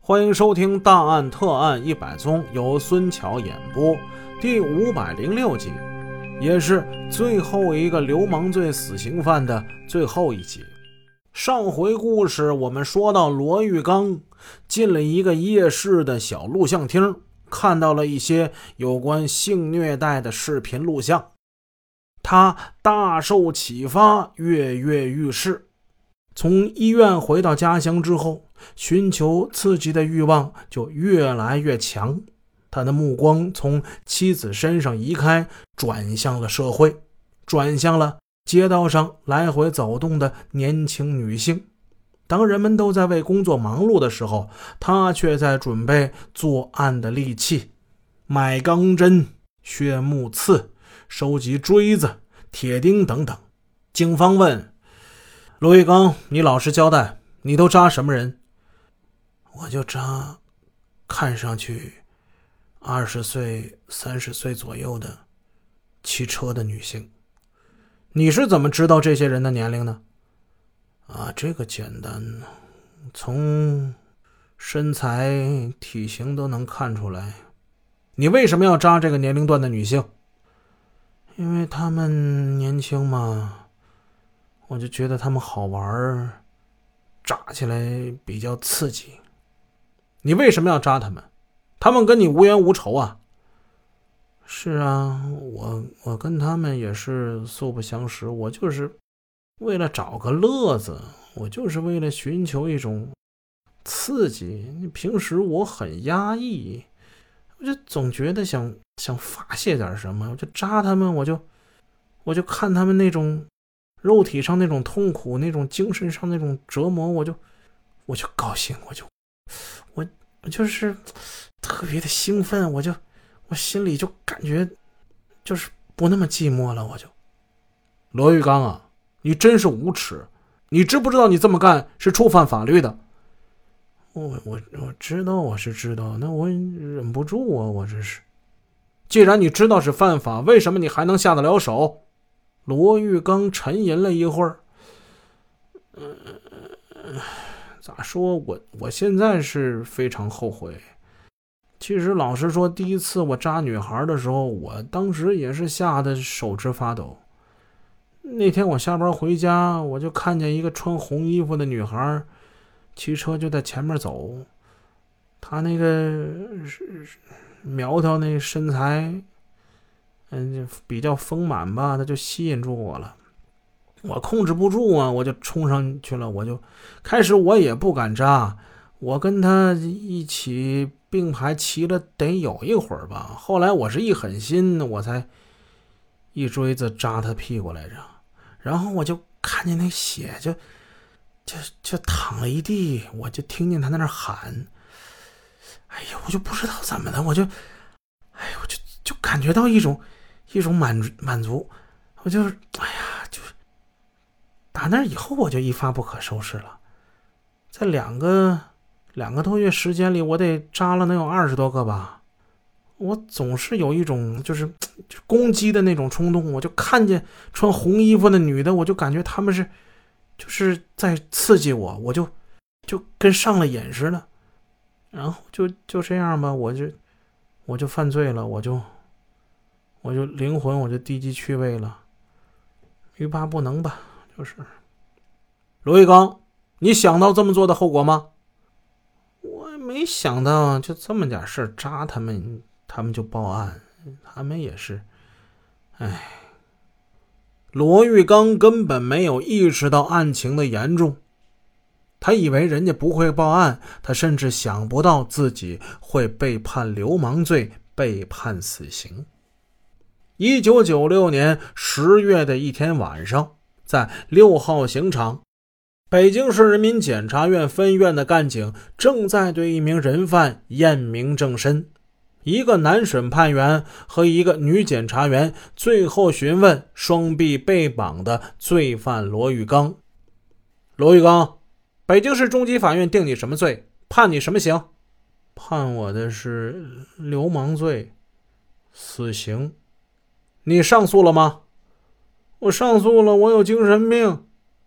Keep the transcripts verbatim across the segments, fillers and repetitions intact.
欢迎收听《大案特案一百宗》，由孙桥演播，第五百零六集，也是最后一个流氓罪死刑犯的最后一集。上回故事我们说到，罗玉刚进了一个夜市的小录像厅，看到了一些有关性虐待的视频录像，他大受启发，跃跃欲试。从医院回到家乡之后，寻求刺激的欲望就越来越强，他的目光从妻子身上移开，转向了社会，转向了街道上来回走动的年轻女性。当人们都在为工作忙碌的时候，他却在准备作案的利器，买钢针、削木刺、收集锥子、铁钉等等。警方问罗玉刚，你老实交代，你都扎什么人？ 我就扎看上去二十岁、三十岁左右的骑车的女性。 你是怎么知道这些人的年龄呢？ 啊，这个简单，从身材、体型都能看出来。 你为什么要扎这个年龄段的女性？ 因为她们年轻嘛，我就觉得他们好玩，扎起来比较刺激。 你为什么要扎他们？他们跟你无冤无仇啊。 是啊，我我跟他们也是素不相识，我就是为了找个乐子，我就是为了寻求一种刺激。平时我很压抑，我就总觉得想想发泄点什么，我就扎他们，我就我就看他们那种肉体上那种痛苦，那种精神上那种折磨，我就我就高兴，我就我我就是特别的兴奋，我就我心里就感觉就是不那么寂寞了。我就罗玉刚啊，你真是无耻！你知不知道你这么干是触犯法律的？ 我我我知道，我是知道，那我忍不住啊，我这是。 既然你知道是犯法，为什么你还能下得了手？罗玉刚沉吟了一会儿， 嗯、呃，咋说，我我现在是非常后悔。其实老实说，第一次我扎女孩的时候，我当时也是吓得手直发抖。那天我下班回家，我就看见一个穿红衣服的女孩骑车就在前面走，她那个苗条那身材嗯，比较丰满吧，他就吸引住我了。我控制不住啊，我就冲上去了。我就开始我也不敢扎，我跟他一起并排骑了得有一会儿吧。后来我是一狠心，我才一锥子扎他屁股来着。然后我就看见那血就就就淌了一地，我就听见他在那喊，哎呀，我就不知道怎么的，我就哎呀，我就就感觉到一种一种满满足，我就是哎呀，就是打那以后我就一发不可收拾了。在两个两个多月时间里，我得扎了能有二十多个吧。我总是有一种就是就攻击的那种冲动，我就看见穿红衣服的女的，我就感觉他们是就是在刺激我，我就就跟上了瘾似的。然后就就这样吧，我就我就犯罪了，我就我就灵魂我就低级趣味了，欲罢不能吧，就是。 罗玉刚，你想到这么做的后果吗？ 我没想到就这么点事扎他们，他们就报案，他们也是，哎。 罗玉刚根本没有意识到案情的严重，他以为人家不会报案，他甚至想不到自己会被判流氓罪，被判死刑。一九九六年十月的一天晚上，在六号刑场，北京市人民检察院分院的干警正在对一名人犯验明正身。一个男审判员和一个女检察员最后询问双臂被绑的罪犯罗玉刚。罗玉刚，北京市中级法院定你什么罪？判你什么刑？ 判我的是流氓罪，死刑。 你上诉了吗？ 我上诉了，我有精神病。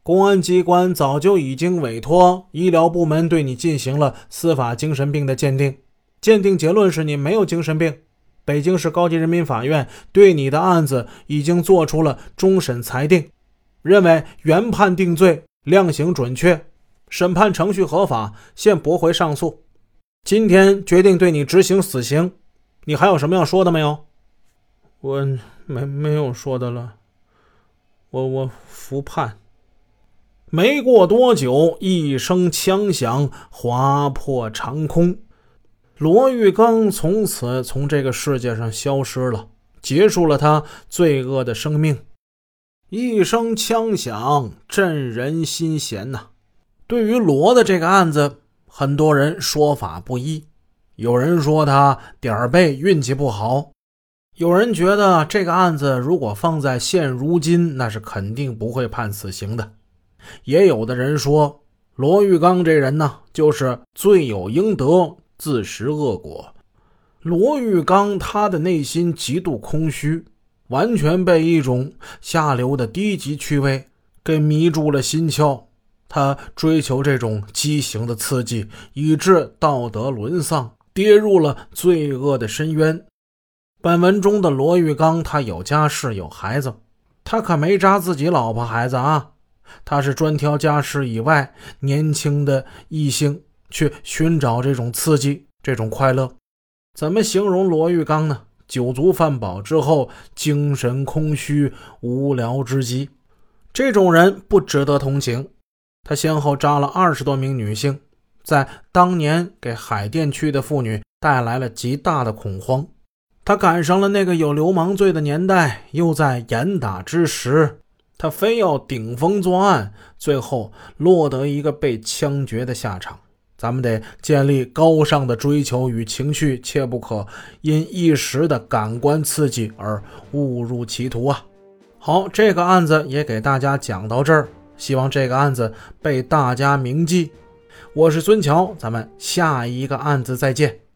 公安机关早就已经委托医疗部门对你进行了司法精神病的鉴定，鉴定结论是你没有精神病。北京市高级人民法院对你的案子已经做出了终审裁定，认为原判定罪，量刑准确，审判程序合法，现驳回上诉。今天决定对你执行死刑，你还有什么要说的没有？ 我没没有说的了，我我服判。 没过多久，一声枪响划破长空，罗玉刚从此从这个世界上消失了，结束了他罪恶的生命。一声枪响，震人心弦呐、啊！对于罗的这个案子，很多人说法不一，有人说他点儿背，运气不好，有人觉得这个案子如果放在现如今，那是肯定不会判死刑的。也有的人说，罗玉刚这人呢，就是罪有应得，自食恶果。罗玉刚他的内心极度空虚，完全被一种下流的低级趣味给迷住了心窍，他追求这种畸形的刺激，以致道德沦丧，跌入了罪恶的深渊。本文中的罗玉刚，他有家室有孩子，他可没扎自己老婆孩子啊，他是专挑家室以外年轻的异性去寻找这种刺激，这种快乐。怎么形容罗玉刚呢？酒足饭饱之后，精神空虚，无聊之极。这种人不值得同情。他先后扎了二十多名女性，在当年给海淀区的妇女带来了极大的恐慌。他赶上了那个有流氓罪的年代，又在严打之时，他非要顶风作案，最后落得一个被枪决的下场。咱们得建立高尚的追求与情绪，切不可因一时的感官刺激而误入歧途啊！好，这个案子也给大家讲到这儿，希望这个案子被大家铭记。我是孙桥，咱们下一个案子再见。